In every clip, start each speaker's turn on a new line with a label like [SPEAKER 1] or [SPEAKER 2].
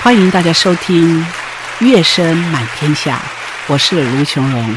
[SPEAKER 1] 欢迎大家收听《乐声满天下》，我是卢琼荣。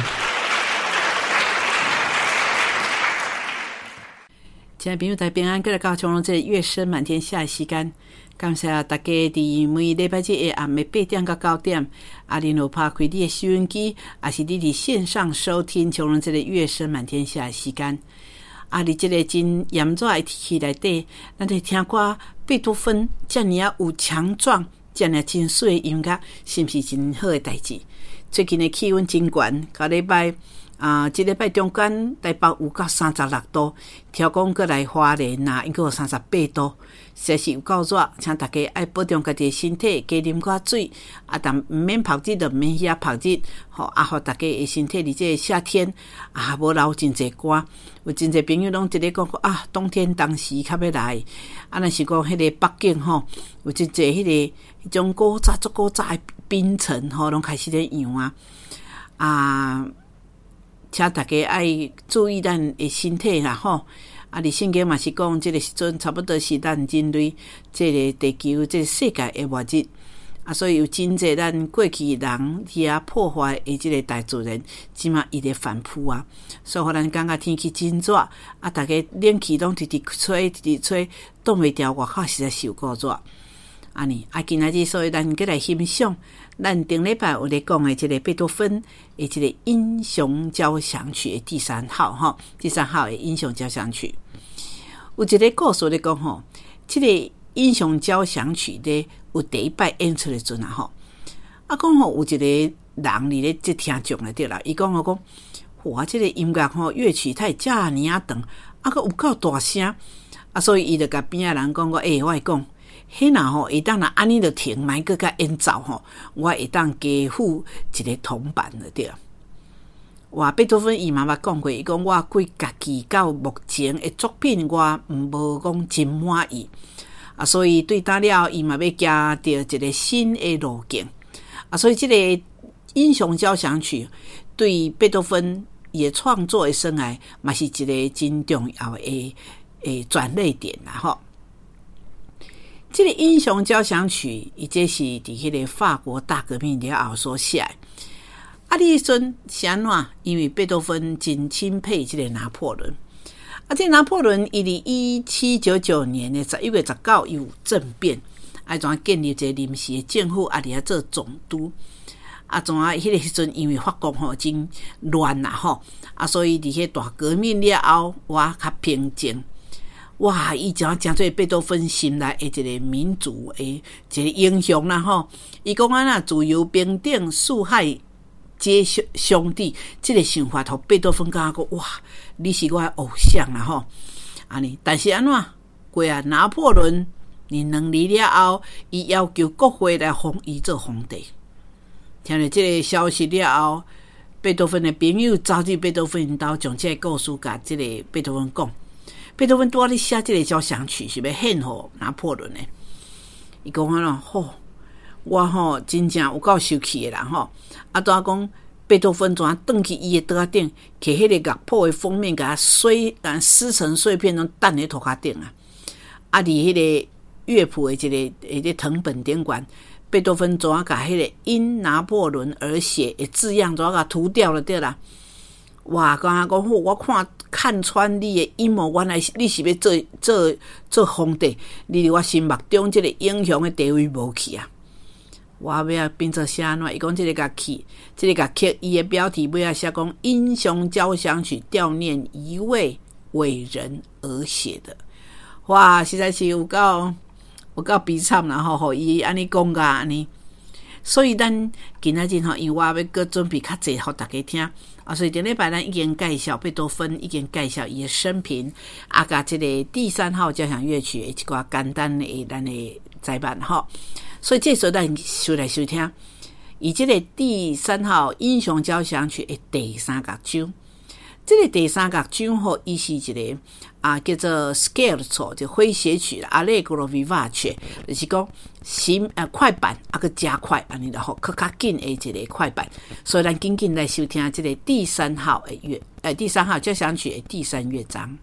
[SPEAKER 1] 亲爱的朋友，大家平安，过来到琼荣这乐声满天下的时间，感谢大家伫每礼拜日的暗暝8点到9点，你有拍开你的收音机，还是你伫线上收听琼荣这个乐声满天下的时间。伫这个真炎热的天气内底，咱在听歌贝多芬这么有强壮、这么真水的音乐，是不是真好的代志？最近的气温真悬，下礼拜这礼拜中间台北有到36度，调讲过来花莲应该有38度，实在是有够热，请大家爱保重家己的身体，加啉寡水，但唔免晒日就唔免遐晒日，互大家的身体伫这个夏天无流真侪汗。有真侪朋友拢直咧讲冬天当时较要来，若是讲迄个北京有真侪迄种古早的冰层拢开始咧扬请大家爱注意咱的身体啦伫圣经嘛是讲，这个时阵差不多是咱人类这个地球这个世界的末日所以有真侪咱过去人遐破坏的这个大自然，即嘛伊咧反扑所以互咱感觉天气真热大家冷气拢直吹，挡袂牢，外口实在是有够热今仔日，所以咱过来欣赏咱顶礼拜有咧讲的这个贝多芬的这个英雄交响曲的第3号第3号的英雄交响曲。有一个故事咧讲这个英雄交响曲咧有第一摆演出的阵讲有一个人咧这听众了对啦，伊讲哇这个音乐乐曲太遮尔长还有够大声所以伊就甲边仔人讲我会讲迄若会当安尼就停，莫搁甲演奏我会当加付一个铜板了对。哇，贝多芬伊妈妈讲过，伊讲我规家己到目前的作品我无讲真满意所以对打了伊嘛要加到一个新的路径所以这个英雄交响曲对贝多芬伊创作的生涯嘛是一个真重要的转捩点啦这个英雄交响曲伊这是伫迄个法国大革命了后所写的你阵是安怎？因为贝多芬真钦佩这个拿破仑这拿破仑伊伫1799年的11月19日有政变怎建立一个临时的政府伫遐做总督怎迄个时阵因为法国真乱所以伫迄大革命了后较平静哇，伊真做贝多芬心内的一个民族的一个英雄啦伊讲自由平等四海皆兄弟，这个想法互贝多芬感觉哇，你是我的偶像啦但是安怎过拿破仑你2年了后，伊要求国会来封伊做皇帝。听了这个消息了后，贝多芬的朋友走去贝多芬家，将这个故事甲这个贝多芬讲。贝多芬拄咧写这个交响曲是要献给拿破仑的。伊讲我真正有够生气的啦讲贝多芬怎转去伊的桌仔顶，摕迄个乐谱的封面，甲撕成碎片，拢弹咧涂骹顶伫迄个乐谱的一个藤本顶管，贝多芬怎甲迄个因拿破仑而写的字样怎甲涂掉了对啦。哇，讲我看穿你的阴谋，原来你是要做皇帝，你伫我心目中这个英雄的地位无去我要变做写安怎？伊讲这个乐曲，伊的标题尾写讲英雄交响曲悼念一位伟人而写的。哇，实在是有够悲惨啦伊安尼讲噶安尼。所以咱今仔日因为我要搁准备较济互大家听所以顶礼拜咱已经介绍贝多芬，已经介绍伊的生平甲这个第3号交响乐曲的一寡简单的咱的载版所以这时候咱收来收听以这个第3号英雄交响曲的第3乐章。这个第3乐章伊是一个叫做 Scherzo 就诙谐曲 Allegro vivace， 就是讲快板个加快安尼较紧的一个快板。所以咱紧紧来收听这个第3号的第3号交响曲的第3乐章。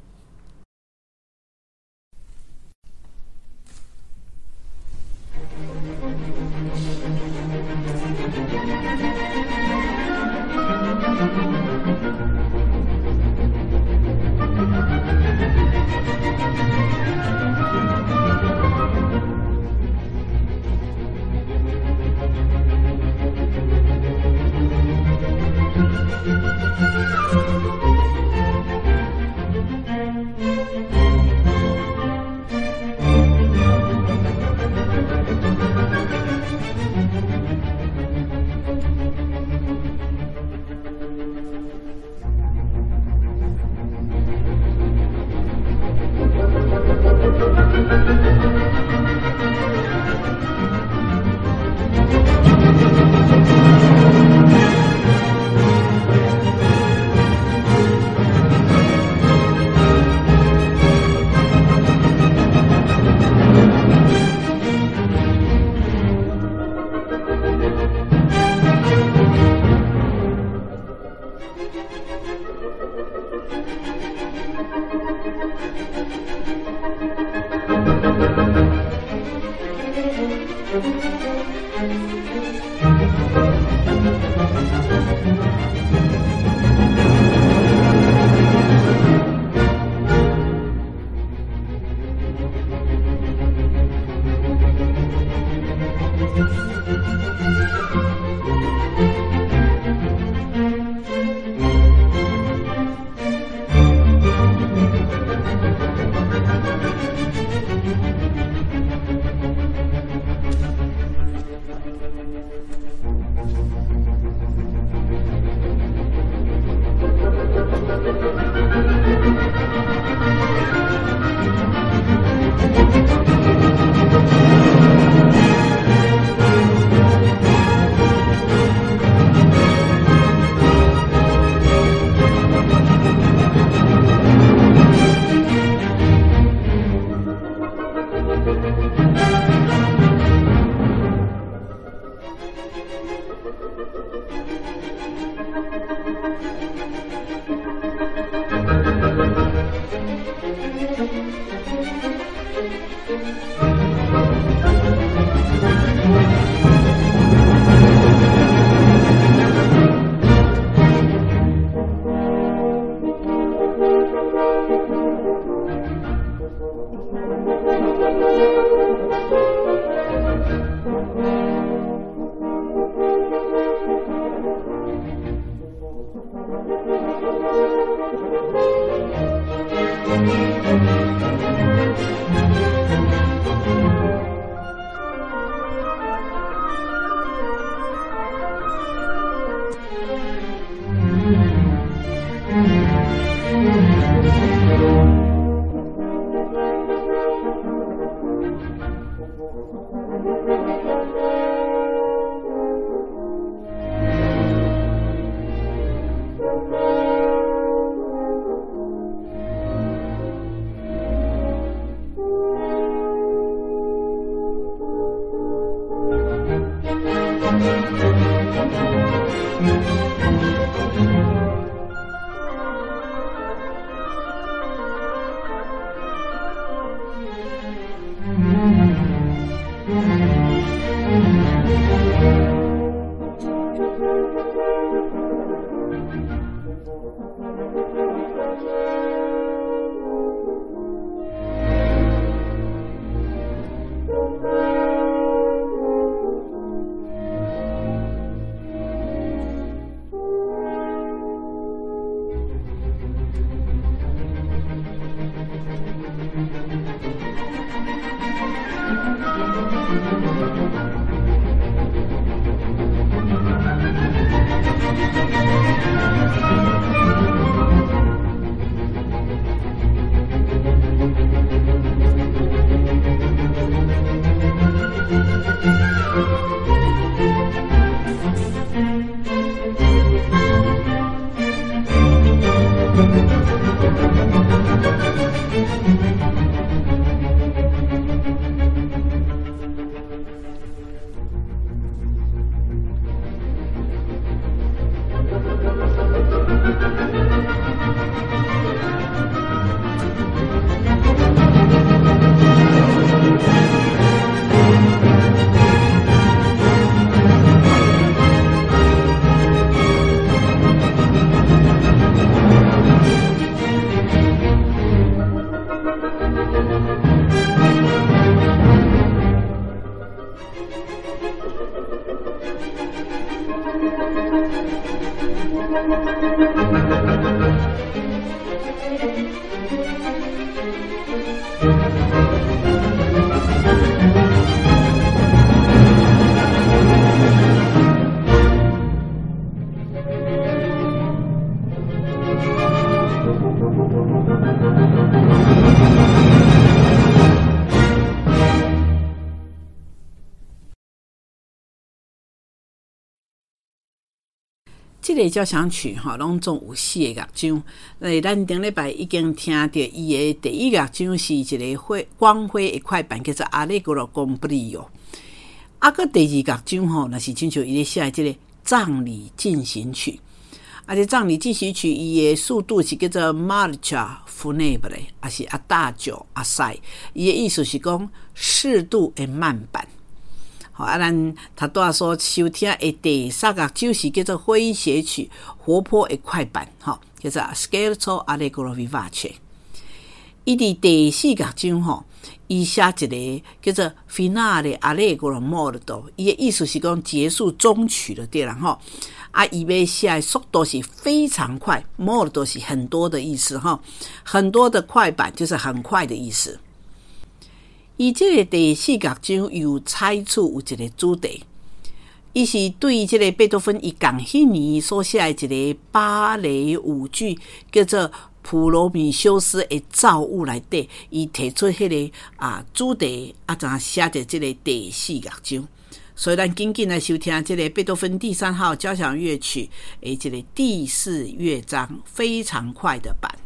[SPEAKER 1] 这个交响曲拢总有4个乐章。咱顶礼拜已经听到伊的第一乐章是一个光辉的快板，叫做 Allegro con brio。个第二乐章那是亲像伊咧写这个葬礼进行曲。这葬礼进行曲伊的速度是叫做 Marcia Funebre， 还是 Adagio Assai。伊的意思是讲适度的慢板。咱头拄所收听的第3乐章是叫做诙谐曲，活泼的快板，叫做 Scherzo Allegro Vivace。伊伫第4乐章伊写一个叫做 Finale Allegro Molto， 伊的意思是讲结束终曲了，对啦伊要写的速度是非常快 ，Molto 是很多的意思很多的快板就是很快的意思。伊这个第4乐章有采取有一个主题，伊是对这个贝多芬伊共迄年所写的一个芭蕾舞剧叫做《普罗米修斯的造物》内底，伊提出迄个主题怎写的这个第4乐章。所以咱紧紧来收听这个贝多芬第3号交响乐曲的这个第4乐章，非常快的版。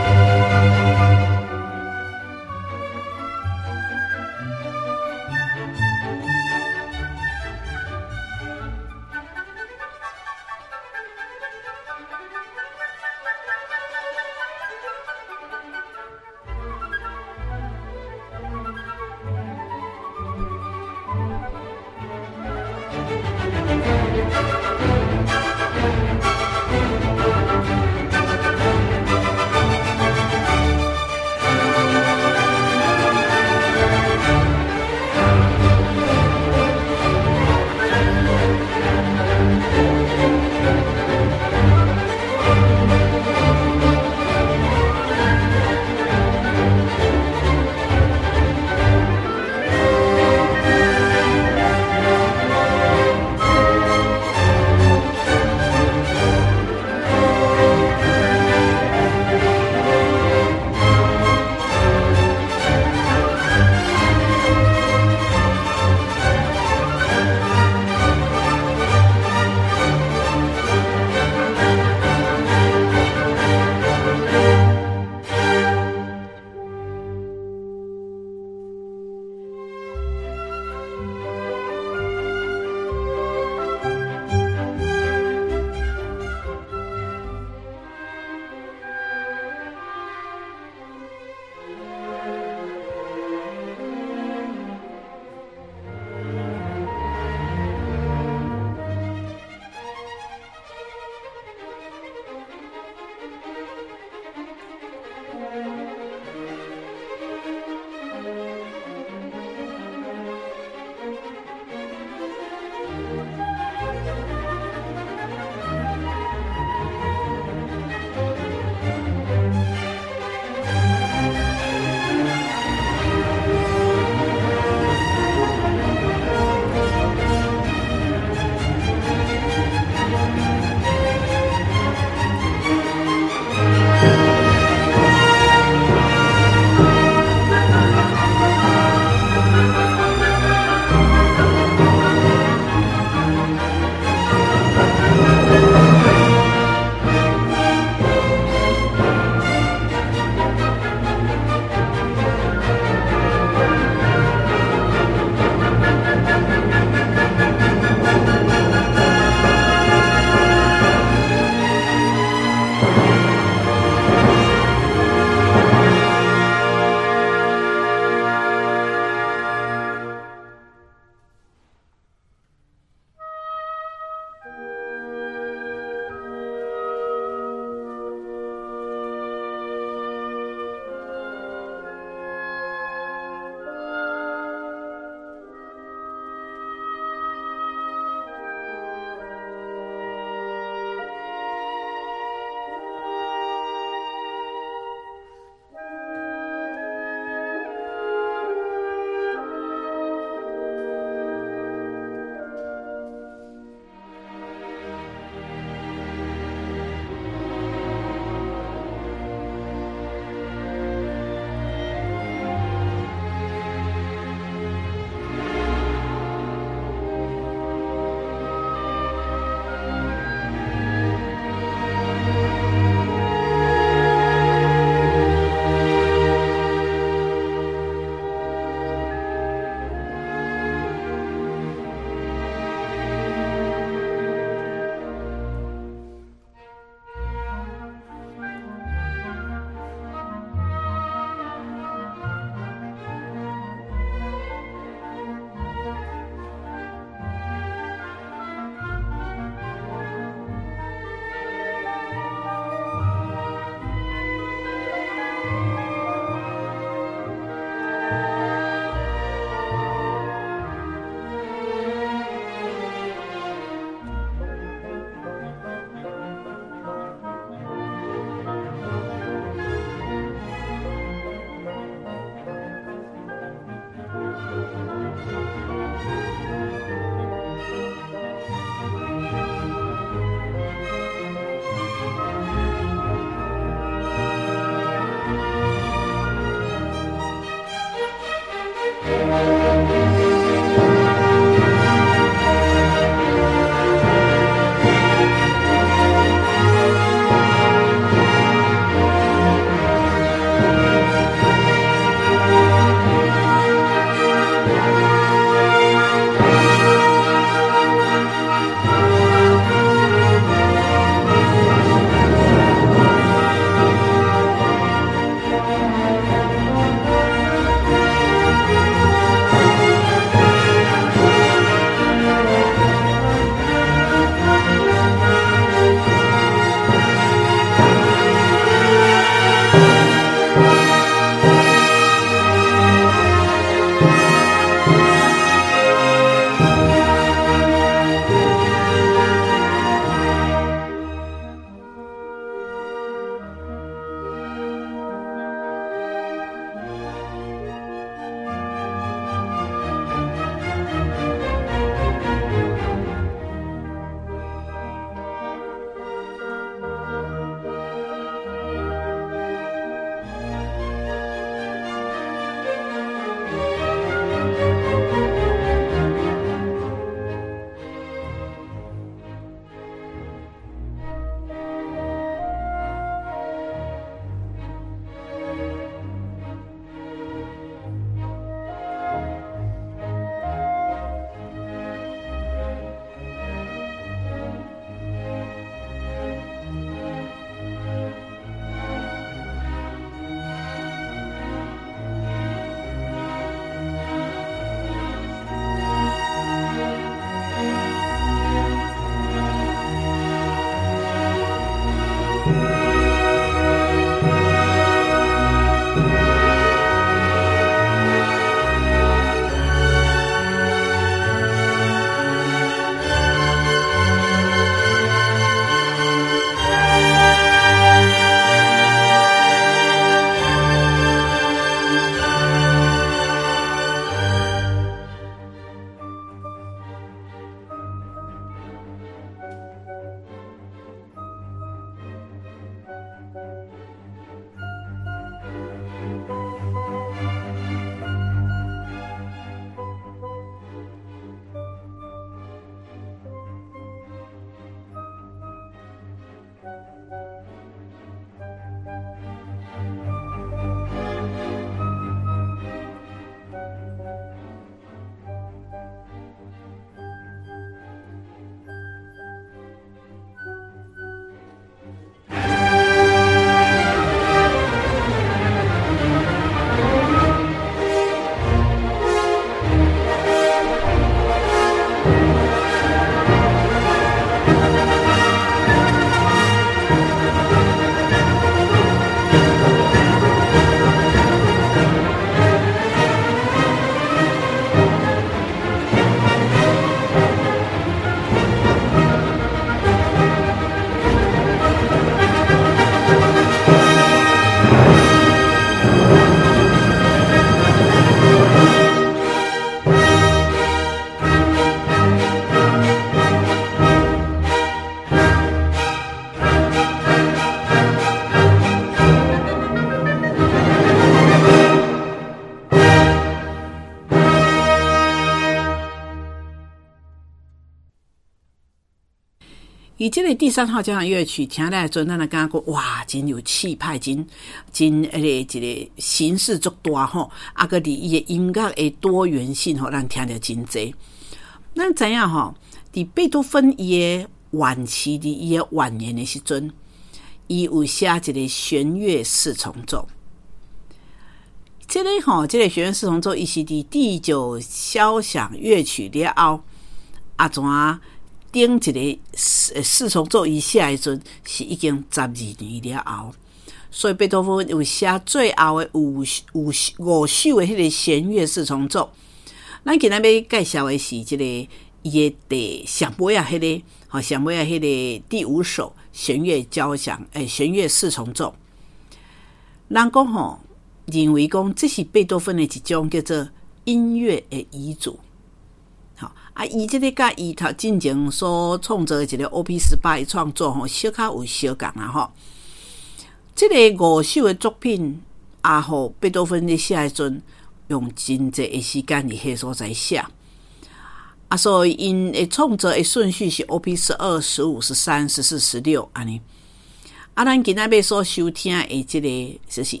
[SPEAKER 1] 伊这个第3号交响乐曲听来的时候，咱就感觉哇，真有气派，真一个形式足大吼，啊个伫伊的音乐的多元性吼，咱听着真济。咱知影吼，伫贝多芬伊的晚期，伫伊的晚年的时阵，伊有写一个弦乐四重奏。这个弦乐四重奏，伊是伫第9交响乐曲了后，怎顶一个四重奏伊写的时阵是已经12年了后，所以贝多芬有写最后的5首的迄个弦乐四重奏。咱今仔要介绍的是这个伊的第上尾啊，迄个上尾啊，迄个第5首弦乐弦乐四重奏。人讲认为讲这是贝多芬的一种叫做音乐的遗嘱。伊这个甲伊头进前所创作的一个 OP18 的创作小可有相共啊这个5首的作品贝多芬咧写的时阵用真济的时间伫迄所在写所以因的创作的顺序是 OP12、15、13、14、16安尼咱今仔要所收听的这个就是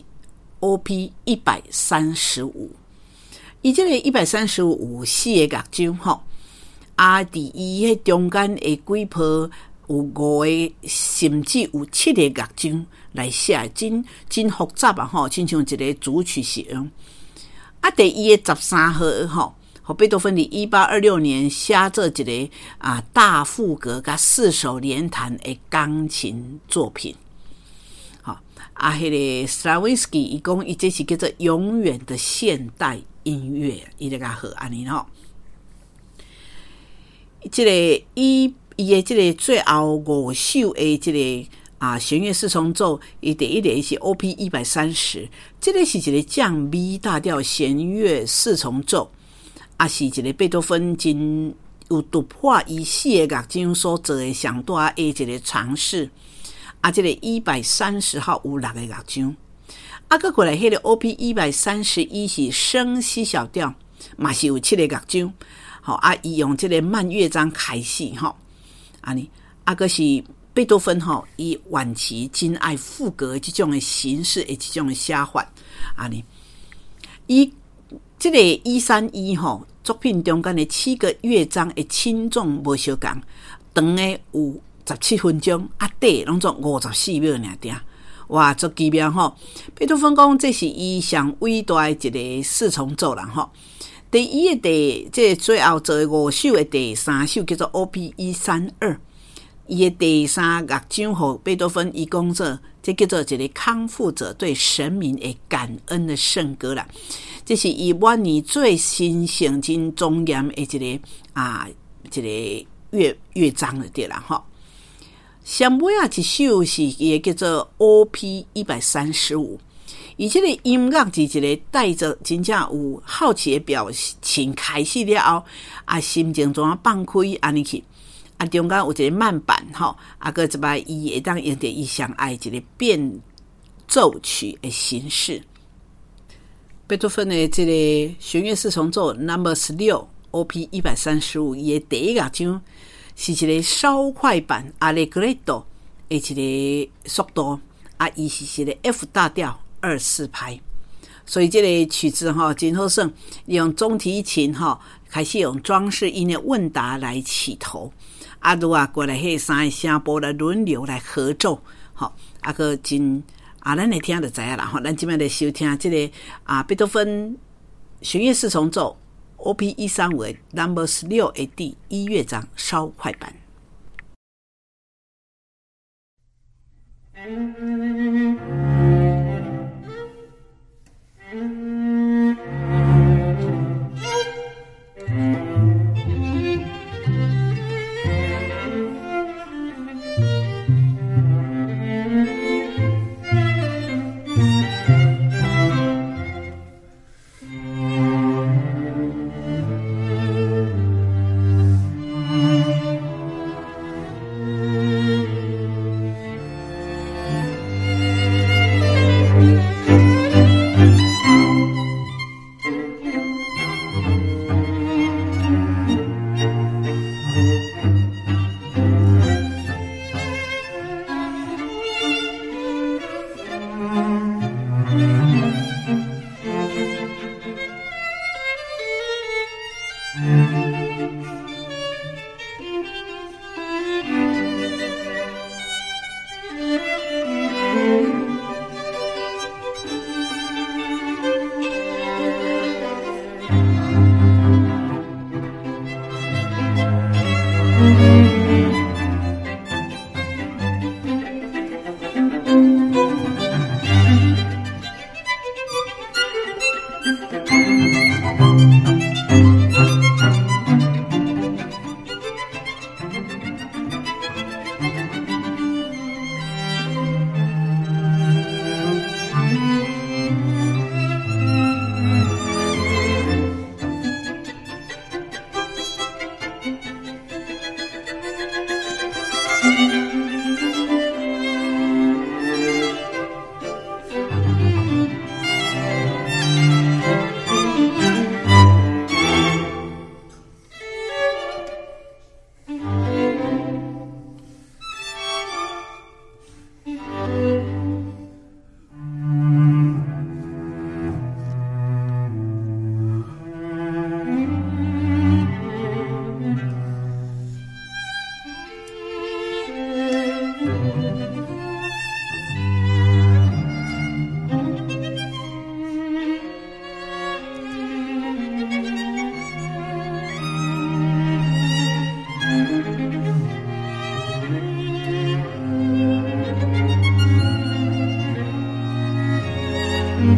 [SPEAKER 1] OP135，伊这个135有4个乐章伫伊迄中间的几波有5个甚至有7个乐章来写，真复杂亲像一个主曲是样。第伊的13号贝多芬伫1826年写做一个大赋格甲4手联弹的钢琴作品。迄个 Stravinsky 伊讲伊这是叫做永远的现代音乐，伊就甲好安尼这个伊的这个最后5首的这个弦乐四重奏，伊第一个是 OP130，这个是一个降 B 大调弦乐四重奏，是一个贝多芬真有突破伊4个乐章所做的上大的一个尝试。这个130号有6个乐章，再过来迄个 OP131是升 C 小调，嘛是有7个乐章。伊用这个慢乐章开始安尼个是贝多芬伊晚期真爱赋格的这种的形式的这种的写法安尼。伊这个131作品中间的7个乐章的轻重无相共，长的有17分钟，短拢总54秒尔点。哇，足奇妙贝多芬讲这是伊上伟大的一个四重奏啦第一个这最后做的5首的第3首叫做 OP132， 伊的第3乐章贝多芬伊讲做这叫做一个康复者对神明的感恩的圣歌啦。这是伊晚年最新圣真庄严的一个乐章就对啦上尾一首是伊叫做 OP135，伊这个音乐是一个带着真正有好奇的表情开始了后心情怎样放开安尼去中间有一个慢板个一摆伊会当用到伊上爱一个变奏曲的形式。贝多芬的这个弦乐四重奏 No.16 OP135 伊的第一乐章是一个稍快版 Allegretto 的一个速度伊是一个 F 大调2/4拍，所以这个曲子真好耍，用中提琴开始用装饰音的问答来起头过来迄3个声部来轮流来合奏个真咱来听就知影啦咱现在来收听这个贝多芬弦乐四重奏 OP135 No.16 的第1乐章稍快版。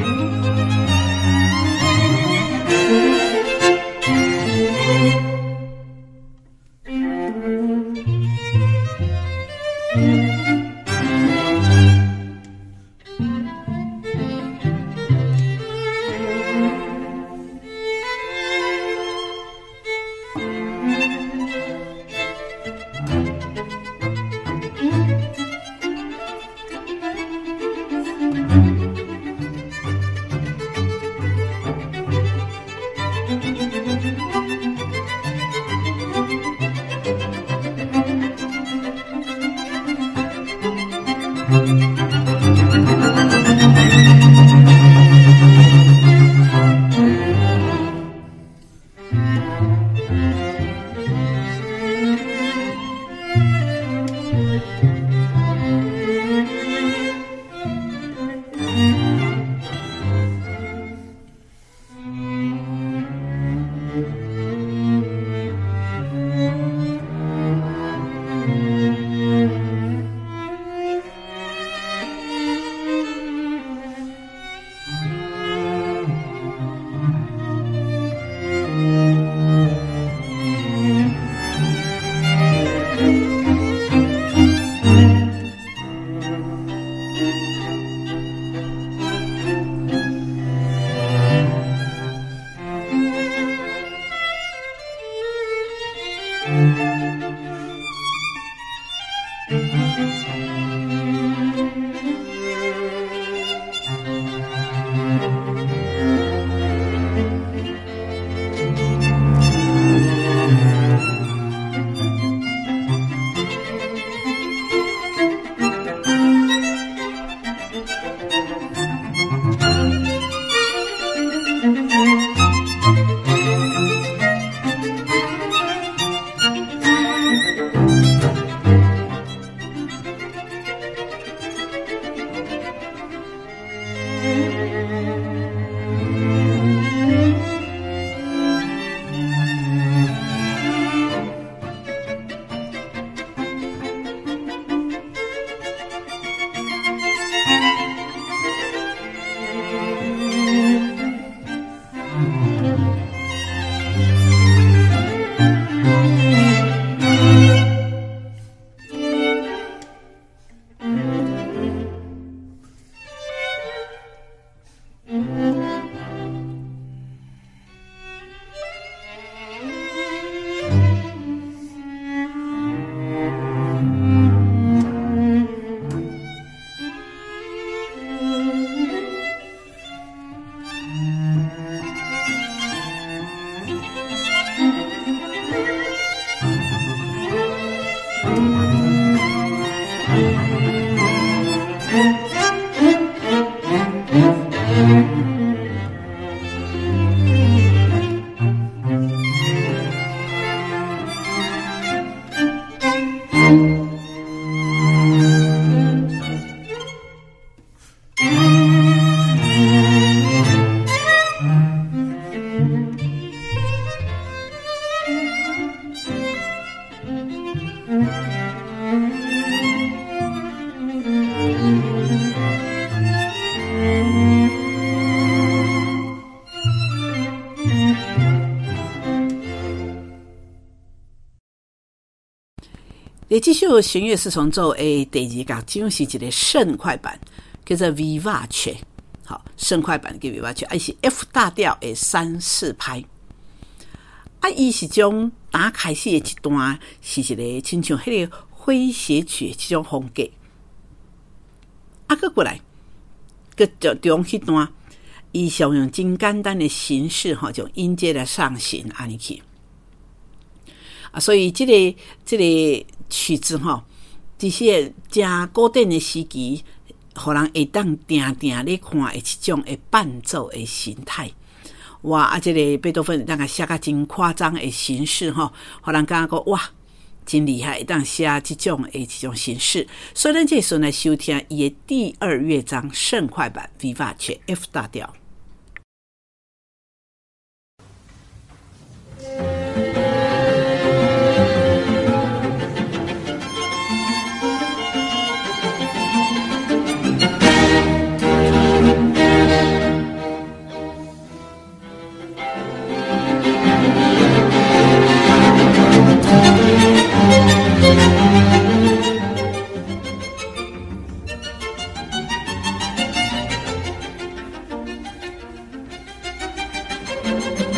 [SPEAKER 1] 这首弦乐四重奏的第二乐章是一个盛快版，叫做 Vivace。好，盛快版叫 Vivace， 它是 F 大调的3/4拍。啊，伊是将打开始的一段是一个亲像迄个诙谐曲的这种风格。啊，搁过来，搁中迄段，伊想用真简单的形式吼，从音阶来上行安尼去。啊，所以这个曲子吼，这些真古典的时期，互人会当定定咧看的一种的伴奏的形态。哇！啊，这个贝多芬当个写个真夸张的形式吼，互人感觉讲哇，真厉害，会当写这种的这种形式。所以咱这时候来收听伊的第2乐章盛快版 Vivace F 大调。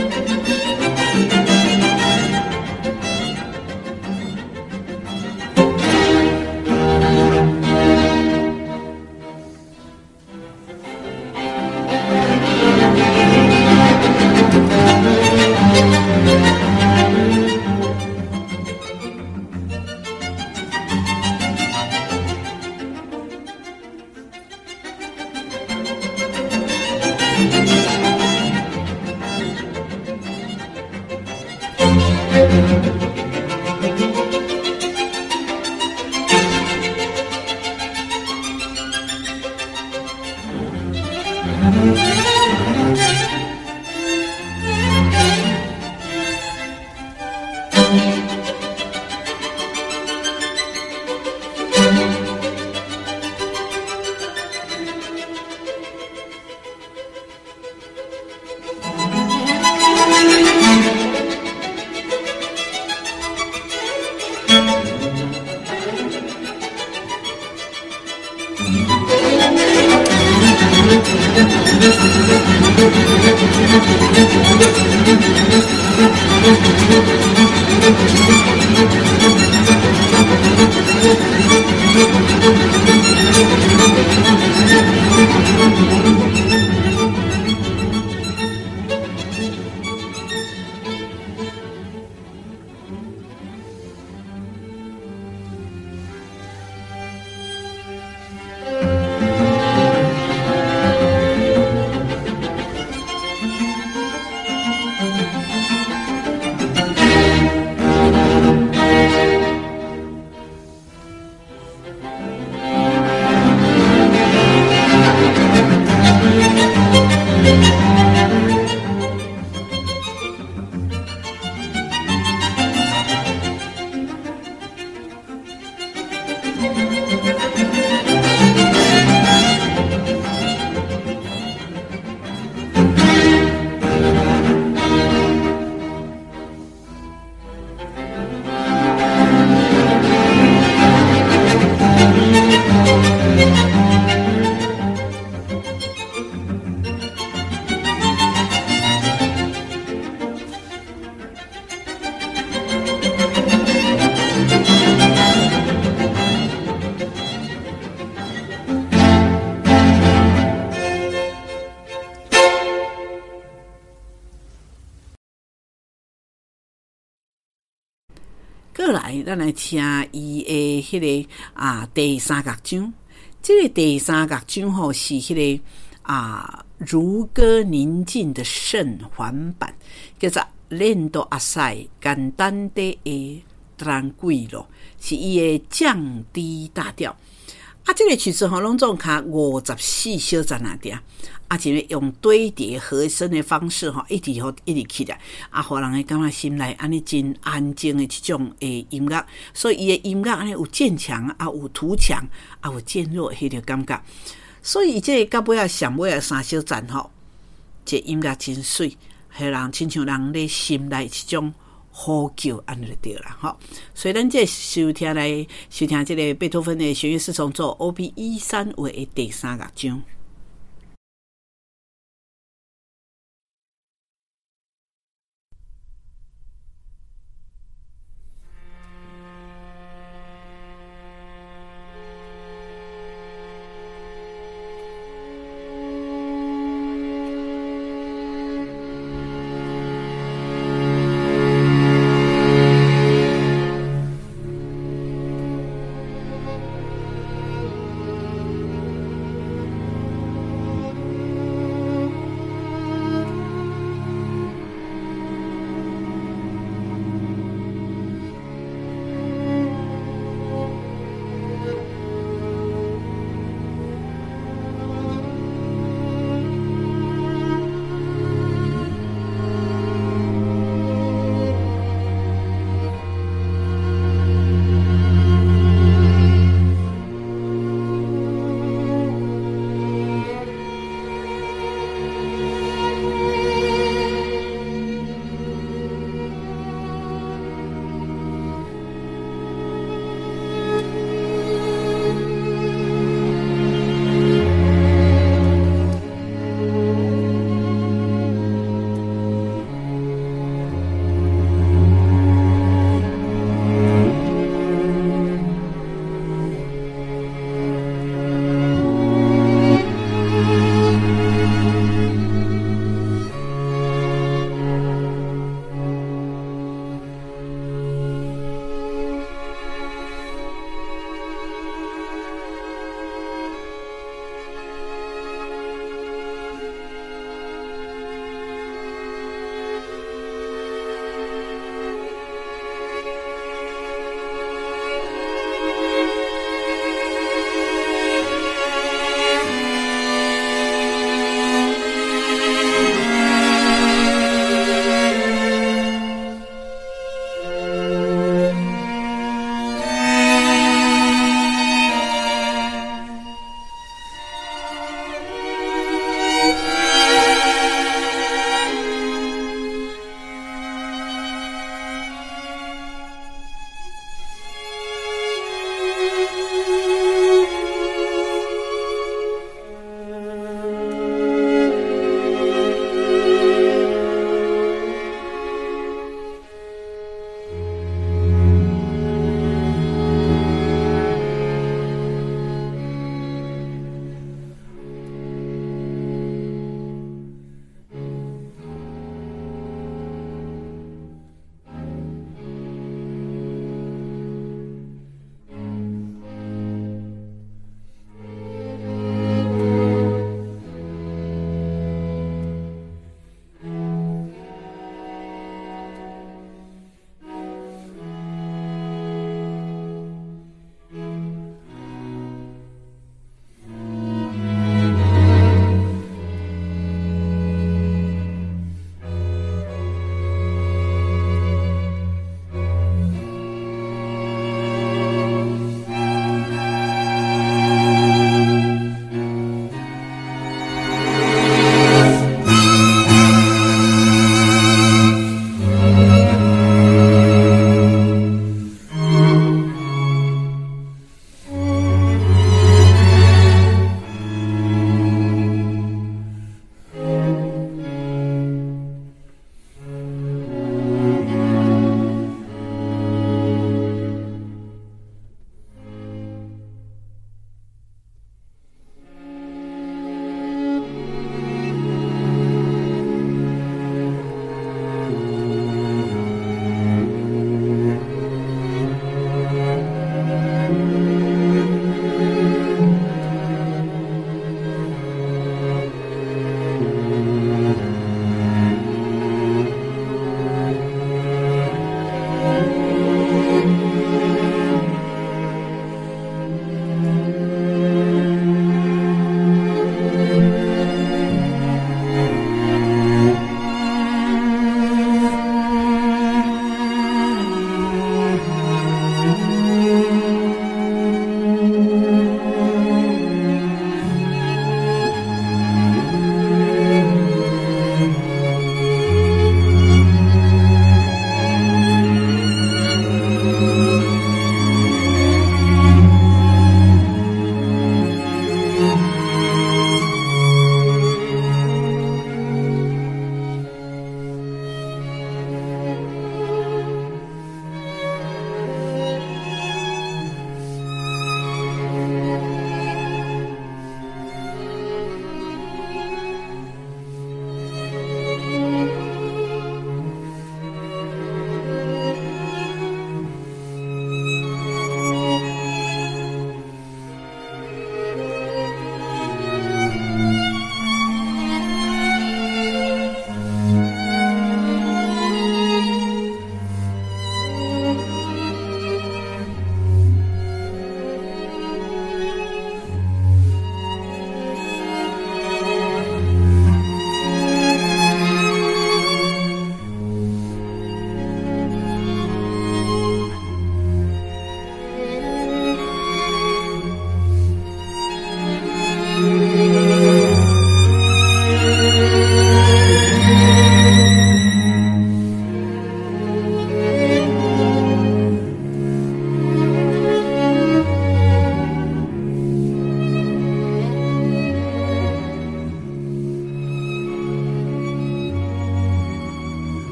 [SPEAKER 1] 过来，咱来听伊的迄个第三乐章。这个第三乐章吼是迄个如歌宁静的圣环版，叫做Lento assai cantante e tranquillo， 是伊的降低大调。这个曲子吼拢总卡54小节那点。就用堆叠和声的方式一直起来，互人会感觉心内安尼真安静的这种音乐，所以伊的音乐安尼有渐强有突强有渐弱迄个感觉，所以这到尾上尾3小节这音乐真水，互人亲像人咧心内这种呼叫安尼就对了所以咱这收听这个贝多芬的弦乐四重奏 OP 135的第三乐章。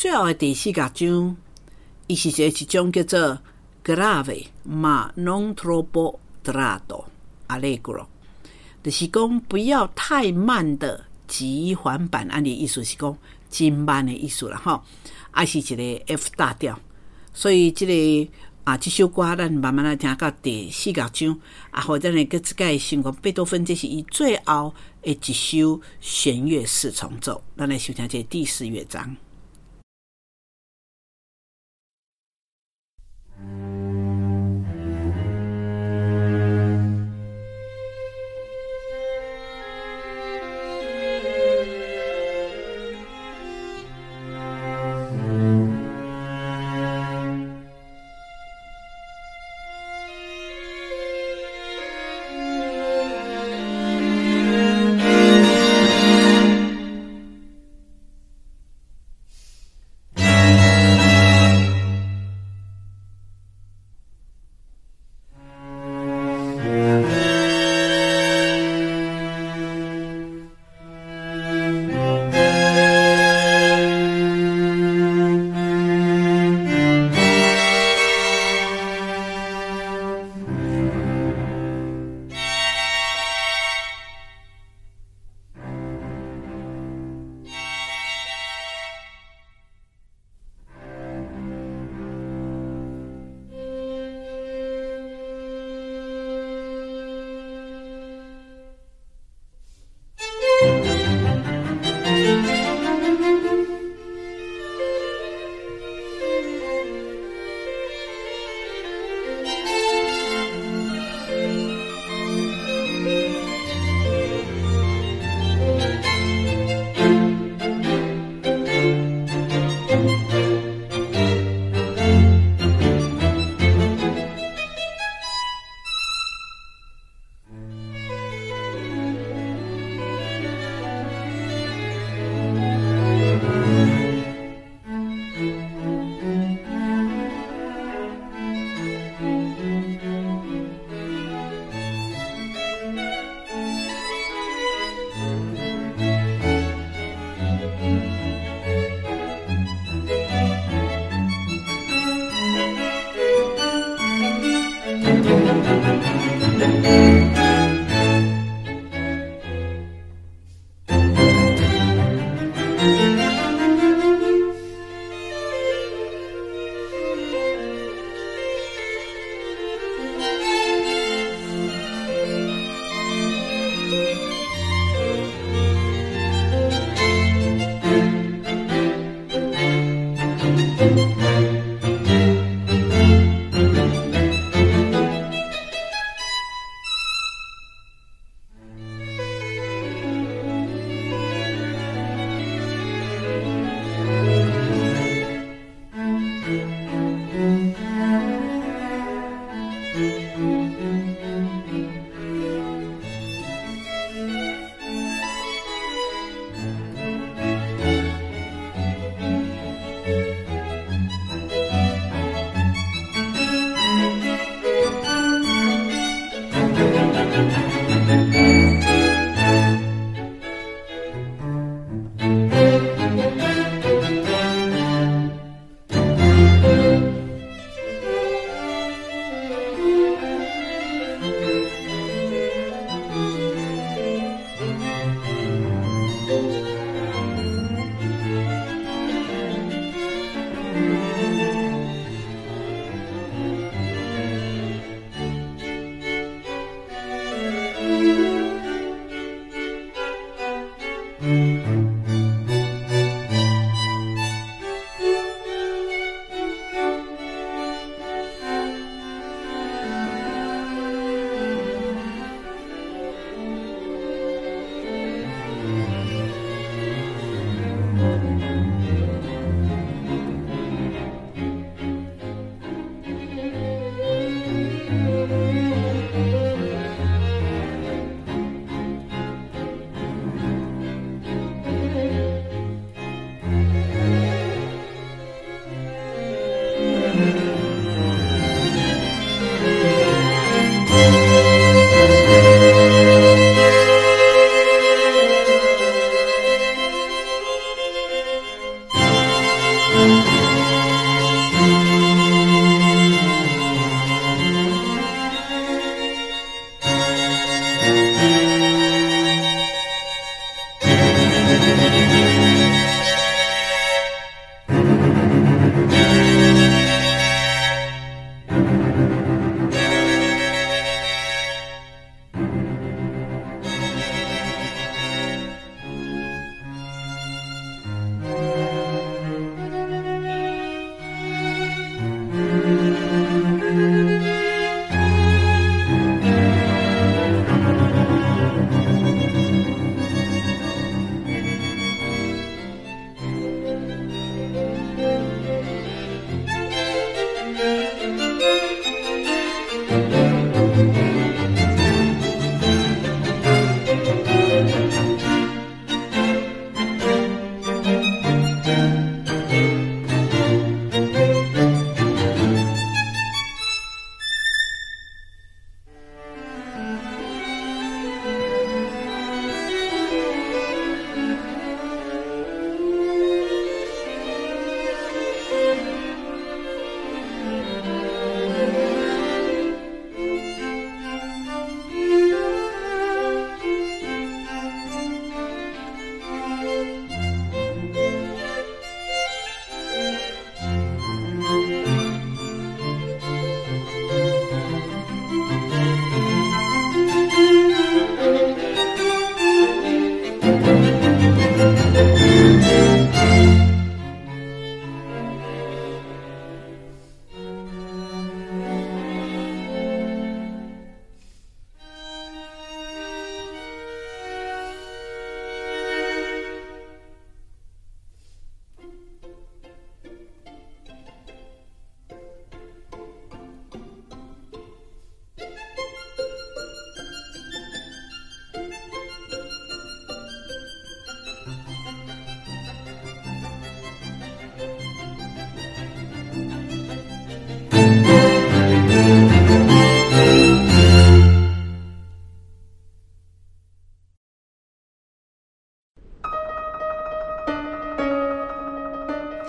[SPEAKER 1] 最后的第四乐章，伊是一种叫做 grave ma non troppo tardo allegro， 就是讲不要太慢的急缓版，安尼意思是讲真慢的意思啦吼，还是一个 F 大调，所以这个这首歌咱慢慢来听到第四乐章或者呢，这个想讲贝多芬这是伊最后的一首弦乐四重奏，咱来收听这第四乐章。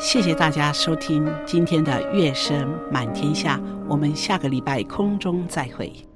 [SPEAKER 1] 谢谢大家收听今天的乐声满天下，我们下个礼拜空中再会。